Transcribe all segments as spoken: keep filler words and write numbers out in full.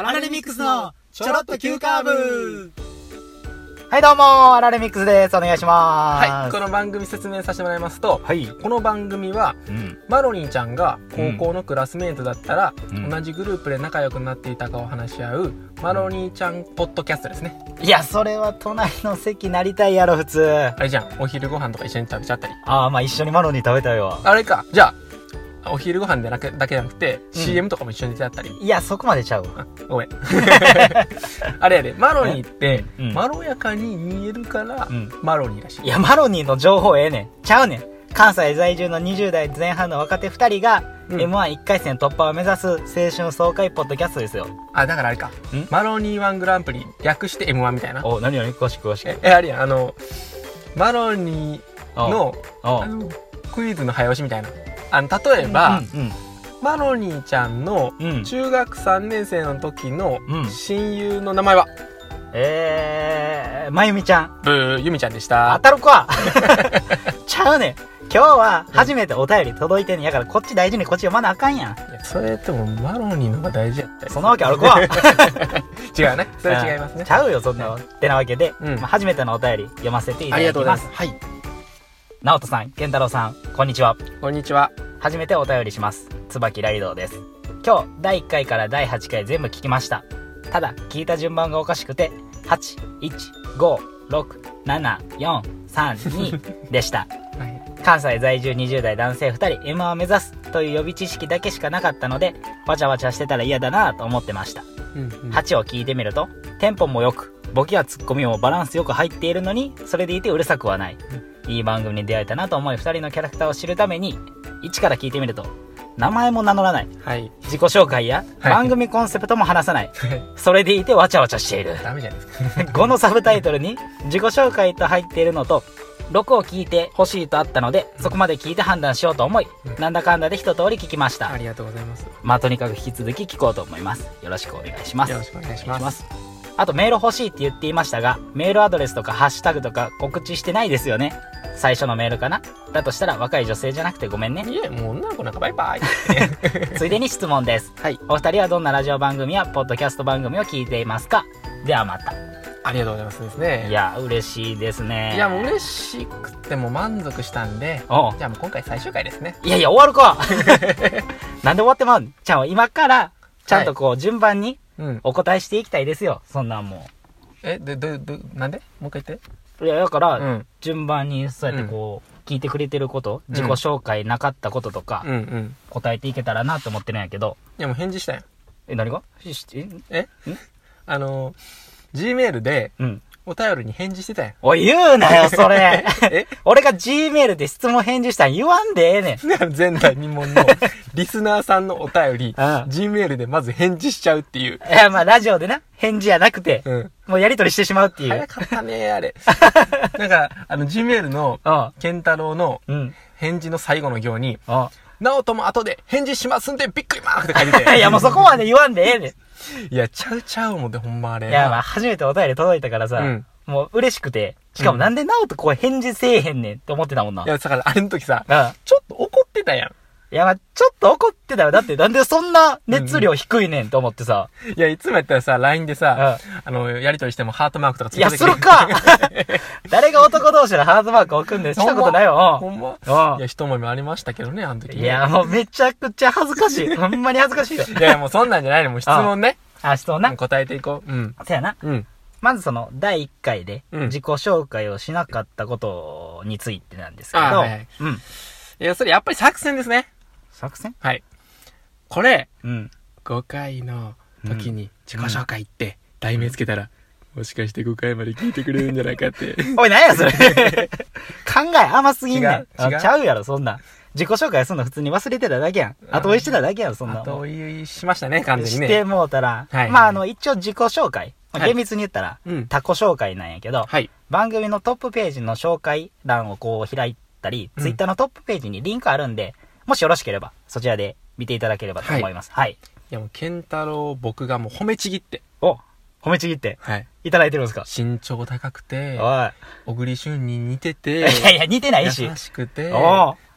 アラレミックスのちょろっと急カーブ。 はいどうも、アラレミックスです。お願いします。 はい、この番組説明させてもらいますと、 はい、 この番組は、うん、マロニーちゃんが高校のクラスメートだったら、うん、同じグループで仲良くなっていたかを話し合うマロニーちゃんポッドキャストですね。 いや、それは隣の席なりたいやろ普通。 あれじゃん、お昼ご飯とか一緒に食べちゃったり。 ああ、まあ一緒にマロニー食べたいわ。 あれか、じゃあお昼ご飯でだけだけじゃなくて、うん、シーエム とかも一緒に出てあったり。 いや、そこまでちゃうわ。 ごめん。あれやで、マロニーって、うん、まろやかに見えるから、うん、マロニーらしい。 いや、マロニーの情報ええねん。ちゃうねん。関西在住のにじゅう代前半の若手ふたりが、うん、エムワンいっ 回戦突破を目指す青春爽快ポッドキャストですよ。 あ、だからあれか。マロニーワングランプリ、略して エムワン みたいな。 お、何々詳しく詳しく。 え、あれやん、あの、マロニーの、あのクイズの早押しみたいな。あの、例えば、うんうんうん、マロニーちゃんの中学さんねん生の時の親友の名前は、うん、 えー、まゆみちゃん。 ブー、ゆみちゃんでした。 当たるかちゃうねん。今日は初めてお便り届いてんねんやからこっち大事にこっち読まなあかんやん。いや、 それともマロニーの方が大事やったり。 そんなわけあるか違うね。それ違いますね。 ちゃうよ、そんなの。ってなわけで、うんまあ、初めてのお便り読ませていただきます。ありがとうございます。はい。なおとさん、けんたろうさん、こんにちは。 こんにちは。 初めてお便りします。椿ライドウです。今日だいいっかいからだいはちかい全部聞きました。ただ聞いた順番がおかしくてはち、いち、ご、ろく、なな、よん、さん、にでした、はい、関西在住にじゅう代男性ふたり エムワン を目指すという予備知識だけしかなかったのでわちゃわちゃしてたら嫌だなと思ってました、うんうん、はちを聞いてみるとテンポもよくボケやツッコミもバランスよく入っているのにそれでいてうるさくはない、うん、いい番組に出会えたなと思いふたりのキャラクターを知るためにいちから聞いてみると名前も名乗らない、はい、自己紹介や番組コンセプトも話さない、はい、それでいてわちゃわちゃしている。 ダメじゃないですかごのサブタイトルに自己紹介と入っているのとろくを聞いてほしいとあったので、うん、そこまで聞いて判断しようと思い、うん、なんだかんだで一通り聞きました。 ありがとうございます。 まあとにかく引き続き聞こうと思います。よろしくお願いします。 よろしくお願いします。 あとメール欲しいって言っていましたがメールアドレスとかハッシュタグとか告知してないですよね。最初のメールかな。だとしたら若い女性じゃなくてごめんね。 いえ、もう女の子なんかバイバイついでに質問です、はい、お二人はどんなラジオ番組やポッドキャスト番組を聞いていますか。ではまた。 ありがとうございますですね。 いや嬉しいですね。 いやもう嬉しくても満足したんで、おじゃあもう今回最終回ですね。 いやいや終わるかなんで終わってまうんちゃう。今からちゃんとこう順番にお答えしていきたいですよ、うん、そんなんもう。 えでででなんでもう一回言って。 いやだから、うん、順番にそうやってこう、うん、聞いてくれてること、うん、自己紹介なかったこととか、うんうん、答えていけたらなと思ってるんやけど。 いやもう返事したやん。 え何がえんあの G メールで、うんお便りに返事してたやん。 おい、言うなよ、それ。え俺が G メールで質問返事したん言わんでええねん。前代未聞のリスナーさんのお便り、うん、G メールでまず返事しちゃうっていう。 いや、まあ、ラジオでな、返事じゃなくて、うん、もうやりとりしてしまうっていう。 早かったねあれ。なんか、あの、G メールの、ケンタロウの返事の最後の行に、なおとも後で返事しますんでびっくりマークって書いてて。 いや、もうそこまで言わんでええねん。 いや、ちゃうちゃうもんで、ほんまあれ。 いや、まあ、初めてお便り届いたからさ、うん、もう嬉しくて、しかもなんでナオとこう返事せえへんねんって思ってたもんな。 いや、だからあれの時さ、うん、ちょっと怒ってたやん。 いや、まあ、ちょっと怒ってたよ。だって、なんでそんな熱量低いねんと思ってさ。 うん、いや、いつもやったらさ、ライン でさ、うん、あの、やりとりしてもハートマークとかついてくる。いや、するか誰が男同士でハートマーク置くんでしたことないよ。 ほんま。ほんまいや、一思いもありましたけどね、あの時、ね。 いや、もうめちゃくちゃ恥ずかしい。ほんまに恥ずかしいよ。 いやいや、もうそんなんじゃないの。もう質問ね。 あ、質問な。 答えていこう。うん。 そやな。うん。まずその、だいいっかいで、自己紹介をしなかったことについてなんですけど。はいはい、うん。いや、それやっぱり作戦ですね。 作戦？ はい。これ、うん、ごかいの時に自己紹介って、題名つけたら、うん、もしかしてごかいまで聞いてくれるんじゃないかって。 おい、何やそれ考え甘すぎんねん。違う。違うちゃうやろ、そんな。自己紹介すんの普通に忘れてただけやん。後追いしてただけやん、そんな。 後追いしましたね、完全にね。 してもうたら。はいはい、まあ、あの、一応自己紹介。まあ、厳密に言ったら、はい、他己紹介なんやけど、はい、番組のトップページの紹介欄をこう開いたり、うん、ツイッターのトップページにリンクあるんで、もしよろしければ、そちらで見ていただければと思います。はい。はい、いやもう、ケンタロウ僕がもう褒めちぎって。 お褒めちぎって。はい。いただいてるんですか？ 身長高くて、おい。小栗旬に似てて、 いやいや、似てないし。 優しくて、 お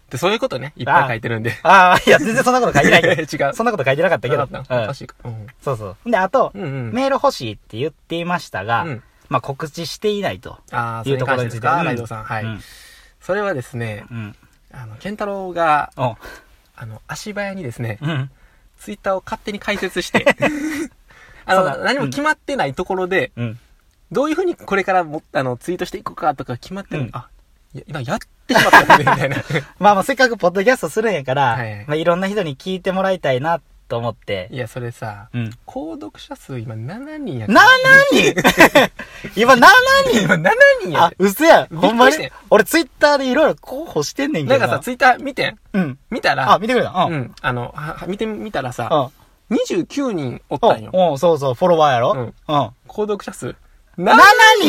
で、そういうことね、いっぱい書いてるんで。 ああ、いや、全然そんなこと書いてないけど。 違う。 そんなこと書いてなかったけど。 うん。おかしいか。うん。 そうそう。で、あと、 うんうん、 メール欲しいって言っていましたが、うん、まあ告知していないと。 ああ、 いうところについて。 ライドさん。はい。うん、それはですね、うん、あの、ケンタロウが、あの、足早にですね、うん、ツイッターを勝手に開設して、あの、何も決まってないところで、うん、どういうふうにこれからも、あの、ツイートしていくかとか決まってる、うん、あ、いや、今やってしまったんで、みたいな。 まあまあ、せっかくポッドキャストするんやから、はいはい、まあいろんな人に聞いてもらいたいなと思って。 いや、それさ、うん、購読者数今しちにんやから。 しちにん今しちにん今しちにんや。 あ、嘘や。ほんまに俺ツイッターでいろいろ候補してんねんけどな。 なんかさ、ツイッター見てん。うん。見たら。 あ、見てくれた。うん。 うん。あの、は、見てみたらさ、うん、にじゅうきゅうにんおったんよ。 うん、そうそう、フォロワーやろ。うん。うん。 購読者数。しちにん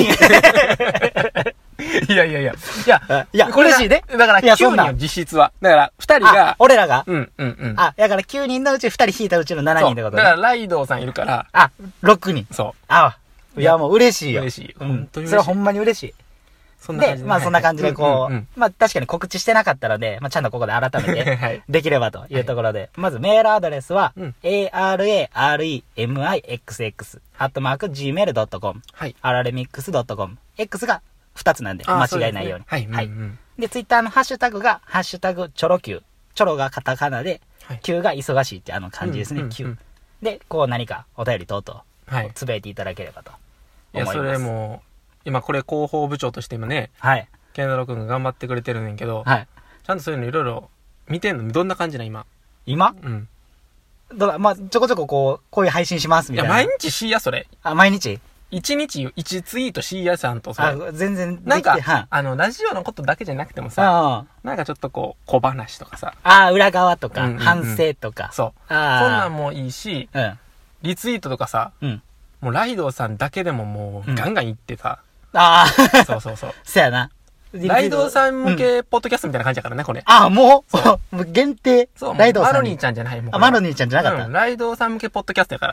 いやいやいや。いや、 いや、嬉しいね。 だからきゅうにんよ、実質は。だからふたりが。 俺らがうん、うん、うん。 あ、だからきゅうにんのうちふたり引いたうちのしちにんってことね。 だからライドウさんいるから。 あ、ろくにん。 そう。 あ、いやもう嬉しいよ。 嬉しい。 うん。それはほんまに嬉しい。そんな感じで。まあそんな感じでこう、まあ確かに告知してなかったので、まあちゃんとここで改めてできればというところで、まずメールアドレスは、アールエーアールイーエムアイエックスエックス アットマーク ジーメールドットコム、アラレミックスドットコム、X がふたつなんで間違いないように。はい。はい。で、ツイッターのハッシュタグが、ハッシュタグチョロ Q。チョロがカタカナで、Q が忙しいってあの感じですね、Q。で、こう何かお便り等々、つぶやいていただければと思います。 いや、それも、今これ広報部長として今ね、はい。ケンタロウ君が頑張ってくれてるねんけど、はい。ちゃんとそういうのいろいろ見てんのどんな感じな今。 今うん。だからまあ、ちょこちょここう、こういう配信しますみたいな。 いや、毎日しや、それ。 あ、毎日一日一ツイートしやさんとさ。あ、全然できて。 なんか、あの、ラジオのことだけじゃなくてもさ、なんかちょっとこう、小話とかさ。 あ、裏側とか、反省とか。 そう。あそんなんもいいし、うん。リツイートとかさ、うん。もうライドウさんだけでももう、ガンガン言ってさ。 ああ。 そうそうそう。 そやな。 ライドウさん向け、ポッドキャストみたいな感じだからね、これ。 あ、もうそう。限定。 そう。ライドウさん。マロニーちゃんじゃないもん。 あ、マロニーちゃんじゃなかった。 ライドウさん向けポッドキャストやから。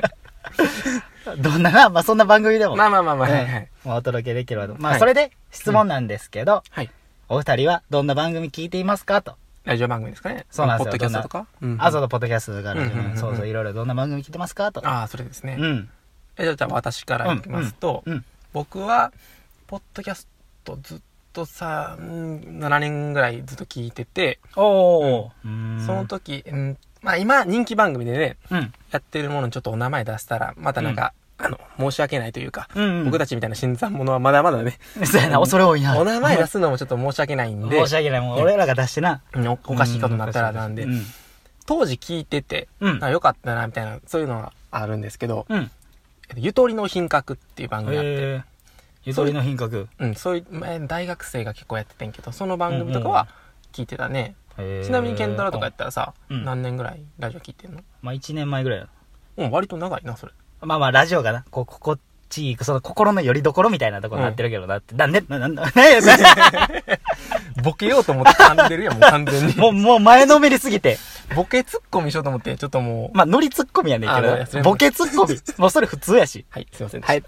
どんな、まあそんな番組でも。 まあまあまあまあ、はいはい。 お届けできればと。まあそれで質問なんですけど、はい。お二人はどんな番組聞いていますかと。 ラジオ番組ですかね。 そうなんですよ。 ポッドキャストとかあ、そうだ、ポッドキャストがある。そうそう、いろいろどんな番組聞いてますかと。 ああ、それですね。うん。え、じゃあ私からいきますと、僕は、ポッドキャストずっとさ、ななねんぐらいずっと聞いてて、おー。その時、まあ今人気番組でね、うん、やってるものにちょっとお名前出したら、またなんか、うん、あの、申し訳ないというか、うんうん、僕たちみたいな新参者はまだまだね。 そうやな、恐れ多いな。 お名前出すのもちょっと申し訳ないんで。 申し訳ない、もう俺らが出してな。 おかしいことになったらなんで、うん、当時聞いてて、うん、よかったな、みたいな、そういうのがあるんですけど、うん、ゆとりの品格っていう番組があって、 ゆとりの品格うん、そういう、大学生が結構やっててんけど、その番組とかは聞いてたね。ちなみにケンタロウとかやったらさ、うん、何年ぐらいラジオ聞いてんの？ まあいちねんまえぐらいや。 うん、割と長いな、それ。 まあまあラジオがな、こう、心地いい、その心の拠り所みたいなところになってるけどなって。うん、なんで、な、なんだ、なんや、 ボケようと思って噛んでるやん、もう完全に。 もう、もう前のめりすぎて。 ボケツッコミしようと思って、ちょっともう。 まあ、ノリツッコミやねんけど、ボケツッコミ。もうそれ普通やし。 はい、すいません。 はい。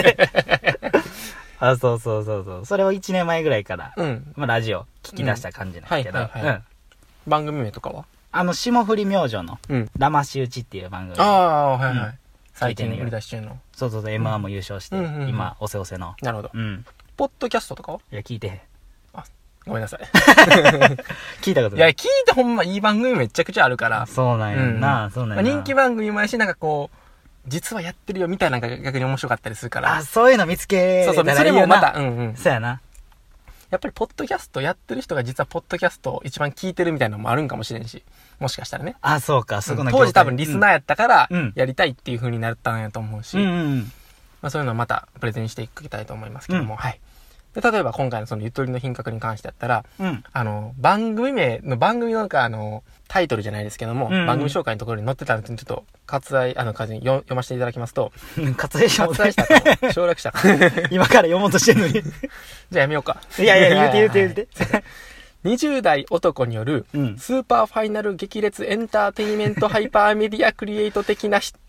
あ、そうそうそうそう。それをいちねんまえぐらいから、うん、まあラジオ聞き出した感じなんだけど、 番組名とかはあの、霜降り明星の、騙し討ちっていう番組。 ああ、はいはい。最近売り出し中の。 そうそうそう、エムワン も優勝して、今、おせおせの。 なるほど。うん。ポッドキャストとかはいや、聞いてへん。 あ、ごめんなさい。 聞いたことない。 いや、聞いてほんまいい番組めちゃくちゃあるから。 そうなんやな、そうなんやな。 人気番組もやし、なんかこう、実はやってるよみたいなのが逆に面白かったりするから。 あ、そういうの見つけそうそう、それもまた、うんうん。 そうやな。 やっぱりポッドキャストやってる人が実はポッドキャストを一番聞いてるみたいなのもあるんかもしれんし、もしかしたらね。 あ、そうか、そこの、 うん、当時多分リスナーやったから、やりたいっていう風になったんやと思うし、うんうんうん、まあそういうのをまたプレゼンしていきたいと思いますけども、うん、はい。で、例えば今回のそのゆとりの品格に関してだったら、うん、あの、番組名の、番組のなんかあの、タイトルじゃないですけども、うんうん、番組紹介のところに載ってたので、ちょっと割愛、あの、感じに読ませていただきますと、 割愛し割愛したか省略したか今から読もうとしてるのに。 じゃあやめようか。 いやいや、言うて言うて言うて。 にじゅう代男による、スーパーファイナル激烈エンターテイメントハイパーメディアクリエイト的な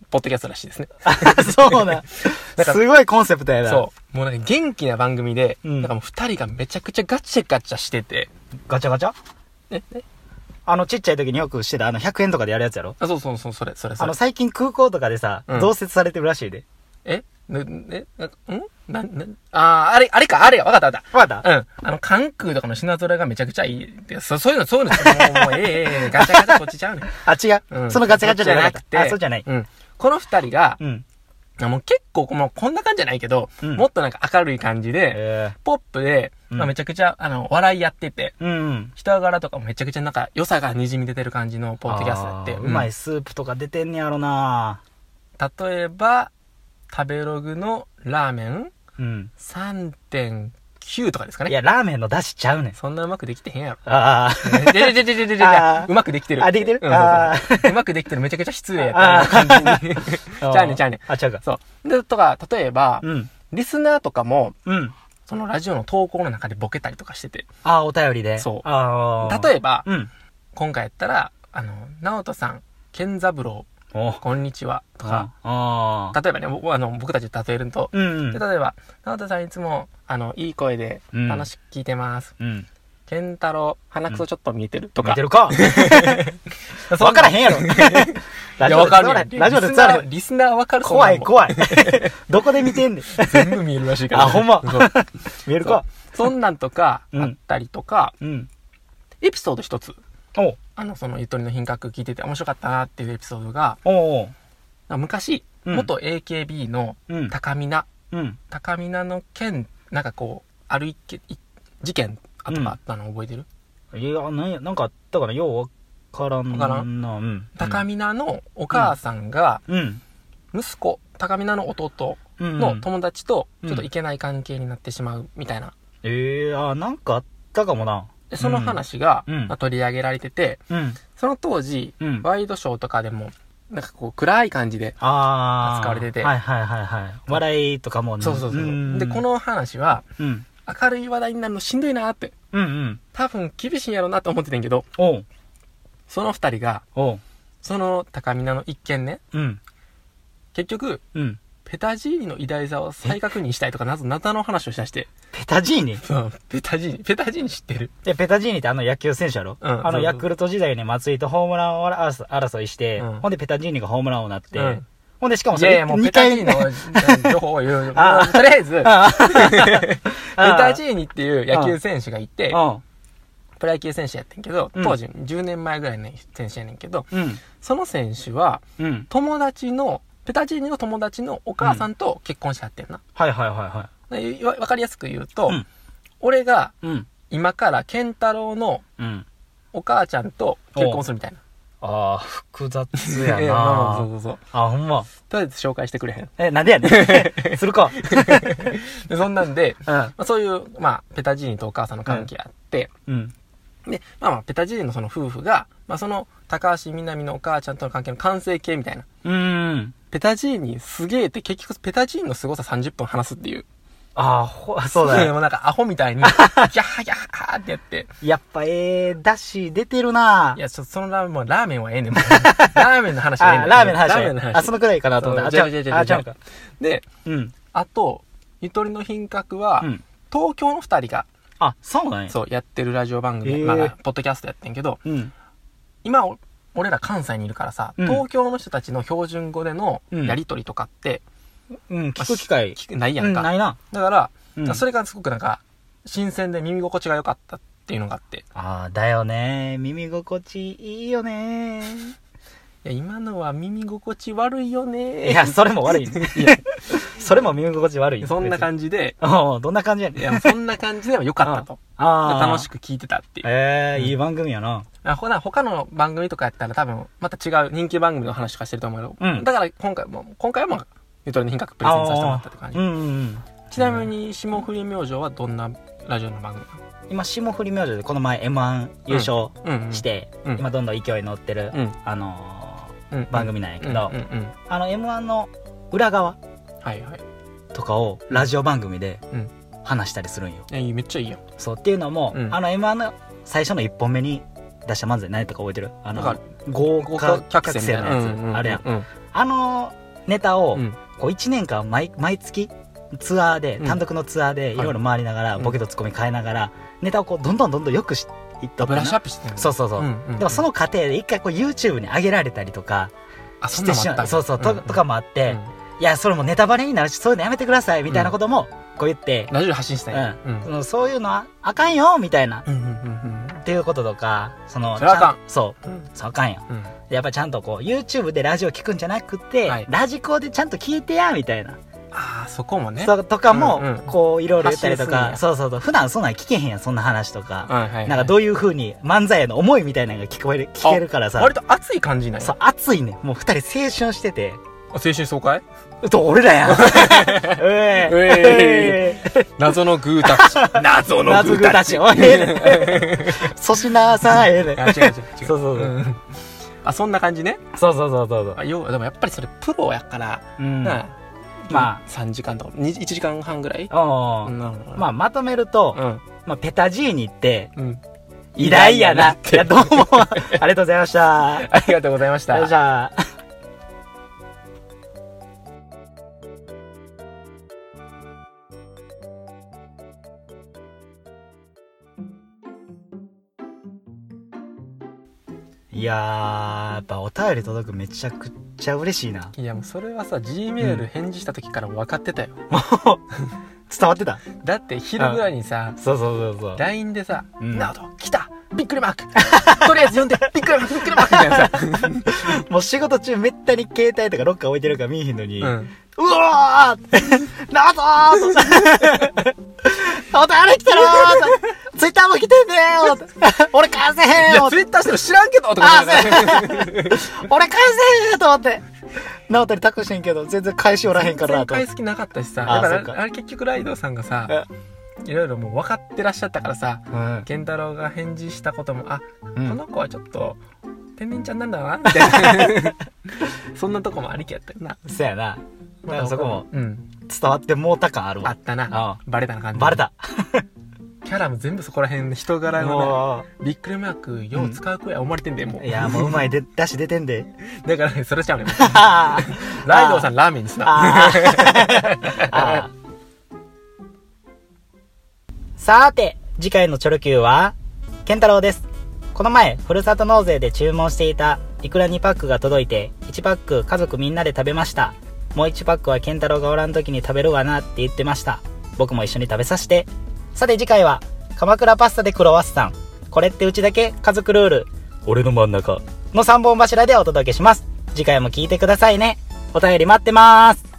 ポッドキャストらしいですね。 そうな。すごいコンセプトやな。 そう。もうなんか元気な番組で、うん、なんかもう二人がめちゃくちゃガチャガチャしてて。 ガチャガチャええあの、ちっちゃい時によくしてた、あの、ひゃくえんとかでやるやつやろ？ あ、そうそうそう、それ、それ、それ。 あの、最近空港とかでさ、うん、増設されてるらしいで。 えね、ね、んな、な、あー、あれ、あれか、あれや、わかったわかった。 わかった？ うん。あの、関空とかの品揃えがめちゃくちゃいい。そそういうの、そういうの、もう、もう、ええええ、ガチャガチャこっちちゃうねん。 あ、違う、うん。そのガチャガチャじゃなくて。あ、そうじゃない。 うん。この二人が、うん。もう結構、もうこんな感じじゃないけど、うん、もっとなんか明るい感じで、えー、ポップで、まあ、めちゃくちゃ、あの、笑いやってて、うんうん、人柄とかもめちゃくちゃなんか良さが滲み出てる感じのポッドキャストやって。 うまいスープとか出てんねやろな。 例えば、食べログのラーメン、うん、さんてんきゅう とかですかね。 いや、ラーメンの出しちゃうねん。 そんなうまくできてへんやろ。 ああ。でででででででうまくできてる。 あ、できてる、 うん、あうまくできてる。めちゃくちゃ失礼やった感じに。ちゃうねんちゃうねん。 あ、ちゃうか。 そう。で、とか、例えば、うん、リスナーとかも、うん、そのラジオの投稿の中でボケたりとかしてて。 ああ、お便りで。 そう。 あ例えば、うん、今回やったら、あの、直人さん、健三郎、こんにちは、とか、あ例えばね、あの僕たちで例えると、うんうん、で例えば、直人さんいつも、あの、いい声で楽しく聞いてます。うん、健太郎、鼻くそちょっと見えてるとか。 見えてるかわからへんやろ。 ラジオで伝わる。ラジオで伝わる。 リスナーわかる。 怖い怖い。どこで見てんねん。 全部見えるらしいから。 あ、ほんま。見えるか。 そんなんとか、あったりとか、うん、エピソード一つ。おあの、その、ゆとりの品格聞いてて面白かったなっていうエピソードが、おお昔、うん、元 エーケービー の高見な、うん、高見なの件、なんかこう、ある一件、事件とかあったの覚えてる？ うん、いや、なんや、なんかあったかな、ようわからんな。 からん、うん、高見なのお母さんが、うん、息子、高見なの弟の友達と、ちょっといけない関係になってしまうみたいな。うん、 ええー、あ、なんかあったかもな。 でその話が、うんまあ、取り上げられてて、うん、その当時、うん、ワイドショーとかでも、なんかこう、暗い感じで扱われてて。 はいはいはいはい。笑いとかもね。 そうそうそう。で、この話は、うん、明るい話題になるのしんどいなって。うんうん。多分厳しいんやろうなと思ってたんやけど、おうその二人が、おうその高見菜の一件ね、うん、結局、うんペタジーニの偉大さを再確認したいとか、なぞ謎の話をしだして。 ペタジーニそう、ペタジーニ。ペタジーニ知ってる？ え、ペタジーニってあの野球選手やろ？うん。あのヤクルト時代に松井とホームランを争いして、うん、ほんでペタジーニがホームランをなって、うん、ほんでしかもそれ、いやいやもうペタジーニの情報を言う。あとりあえず、ペタジーニっていう野球選手がいて、プロ野球選手やってんけど、当時じゅうねんまえぐらいの選手やねんけど、うん、その選手は、友達の、ペタジーニの友達のお母さんと結婚しはってんな。うん、 はいはいはいはい。 わかりやすく言うと、うん、俺が、今から健太郎のお母ちゃんと結婚するみたいな。 ああ、複雑やなそうそうそう。 あ、ほんま。 とりあえず紹介してくれへん。 え、なんでやねん。するか。 でそんなんで、うんまあ、そういう、まあ、ペタジーニとお母さんの関係あって、うん、で、まあまあ、ペタジーニのその夫婦が、まあその、高橋みなみのお母ちゃんとの関係の完成形みたいな。うん。ペタジーニすげえって結局ペタジーニの凄ささんじゅっぷん話すっていう。 ああ、ほ、そうだよ。 もうなんかアホみたいに、ヤッヤッってやって。 やっぱええー、だし出てるないや、ちょっとそのラーメン、もうラーメンはええねん。もうラーメンの話はええねん。 ラーメンの話。ラーメンの話。あ、そのくらいかなと思った。あ、 ちゃうちゃうちゃうちゃうか。で、うん。あと、ゆとりの品格は、うん、東京の二人が、 あ、そうなんや。 そう、やってるラジオ番組、まあ、ポッドキャストやってんけど、うん、今、俺ら関西にいるからさ、うん、東京の人たちの標準語でのやりとりとかって、 うん、聞く機会、 まあ、ないやんか。 うん、ないな。 だから、うん、それがすごくなんか、新鮮で耳心地が良かったっていうのがあって。 ああ、だよね。耳心地いいよね。 いや、今のは耳心地悪いよね。 いや、それも悪い、ね。いや、それも耳心地悪い。 そんな感じで。 ああ、どんな感じやねん。 いや、そんな感じでは良かったと。ああ。楽しく聞いてたっていう。 ええーうん、いい番組やな。 あ、ほな、他の番組とかやったら多分、また違う人気番組の話とかしてると思うよ。うん。だから今回も、今回はまあ、ゆとりの品格プレゼンさせてもらったって感じ。うんうんうん。ちなみに、霜降り明星はどんなラジオの番組？ 今、霜降り明星でこの前 エムワン 優勝して、うんうんうん、今どんどん勢いに乗ってる、うん、あのー、番組なんやけど、あの エムワン の裏側とかをラジオ番組で話したりするんよ。 うん、めっちゃいいよ。 そうっていうのも、うん、あの エムワン の最初のいっぽんめに出した漫才何やったか覚えてる？あの豪華客船のやつ、うんうん、あれやん、うん、あのネタを、うん、こういちねんかん毎毎月ツアーで、単独のツアーでいろいろ回りながら、うん、ボケとツッコミ変えながら、ネタをこうどんどんどんどんよくしいっとったな。 ブラッシュアップしてる、ね、 そうそうそう、うんうんうん、でもその過程で一回こう YouTube に上げられたりとかしてしまう、そうそう、うんうん、と, とかもあって、うん、いやそれもネタバレになるしそういうのやめてくださいみたいなこともこう言って、 ラジオで発信したい、 うんうん、そういうのはあかんよみたいな、 うんうんうんうん、 っていうこととか、そのそれはあかん、 そう、うん、そうあかんよ、うん、やっぱちゃんとこう YouTube でラジオ聞くんじゃなくて、はい、ラジコでちゃんと聞いてやみたいな、 ああそこもね、 そうとかも、うんうん、こういろいろ言ったりとか、そうそうそう、普段そんなん聞けへんやん、そんな話とか、はいはいはい、なんかどういう風に漫才への思いみたいなのが聞こえる聞けるからさ、 割と熱い感じない？ そう熱いね、もう二人青春してて、 青春爽快？ と俺らやん。うえ謎のグータッチ。謎のグータッチ。 おいえ粗品さんええね。 あ、違う違う違う。 そうそうそう、うん。 あ、そんな感じね。 そうそうそうそう。 あ、よ、でもやっぱりそれプロやから、うん、なあ、まあさんじかんとかいちじかんはんぐらい。 あ、うん、まあまとめると、うん、まあペタジーニって、うん、偉大やな。いやどうもありがとうございました。 ありがとうございました。 よっしゃ。いやー、やっぱお便り届くめちゃくちゃ嬉しいな。 いやもうそれはさ G メール返事した時から分かってたよ、 うん、伝わってた。 だって昼ぐらいにさ、 そうそうそうそう、 ライン でさ、うん、ナオト来たびっくりマークとりあえず読んでびっくりマークびっくりマークみたいなさもう仕事中めったに携帯とかロッカー置いてるから見えへんのに、うん、うわーナオトーお便り来てるーツイッターも来てんねー俺返せへんよ。 いやツイッターしてる知らんけどとかあ俺返せへんと思ってナオトに託してんけど全然返しおらへんから全然返す気なかったしさ、だからあれ結局ライドさんがさいろいろもう分かってらっしゃったからさ、うん、健太郎が返事したこともあ、うん、この子はちょっと天然ちゃんなんだなみたいなそんなとこもありきやったよな。 そやな、だからそこも伝わってもうた感あるわ。 あったな、バレたな感じ。 バレたキャラも全部そこら辺人柄のね、びっくりマークよう使う子や思われてんで、もういやもううまいで出し出てんでだからねそれちゃうねライドさんラーメンにすなさーて次回のチョロ Q は健太郎です。この前ふるさと納税で注文していたイクラにパックが届いていちパック家族みんなで食べました。もういちパックは健太郎がおらん時に食べるわなって言ってました。僕も一緒に食べさせて。さて次回は鎌倉パスタでクロワッサン、これってうちだけ家族ルール、俺の真ん中のさんぼん柱でお届けします。次回も聞いてくださいね。お便り待ってます。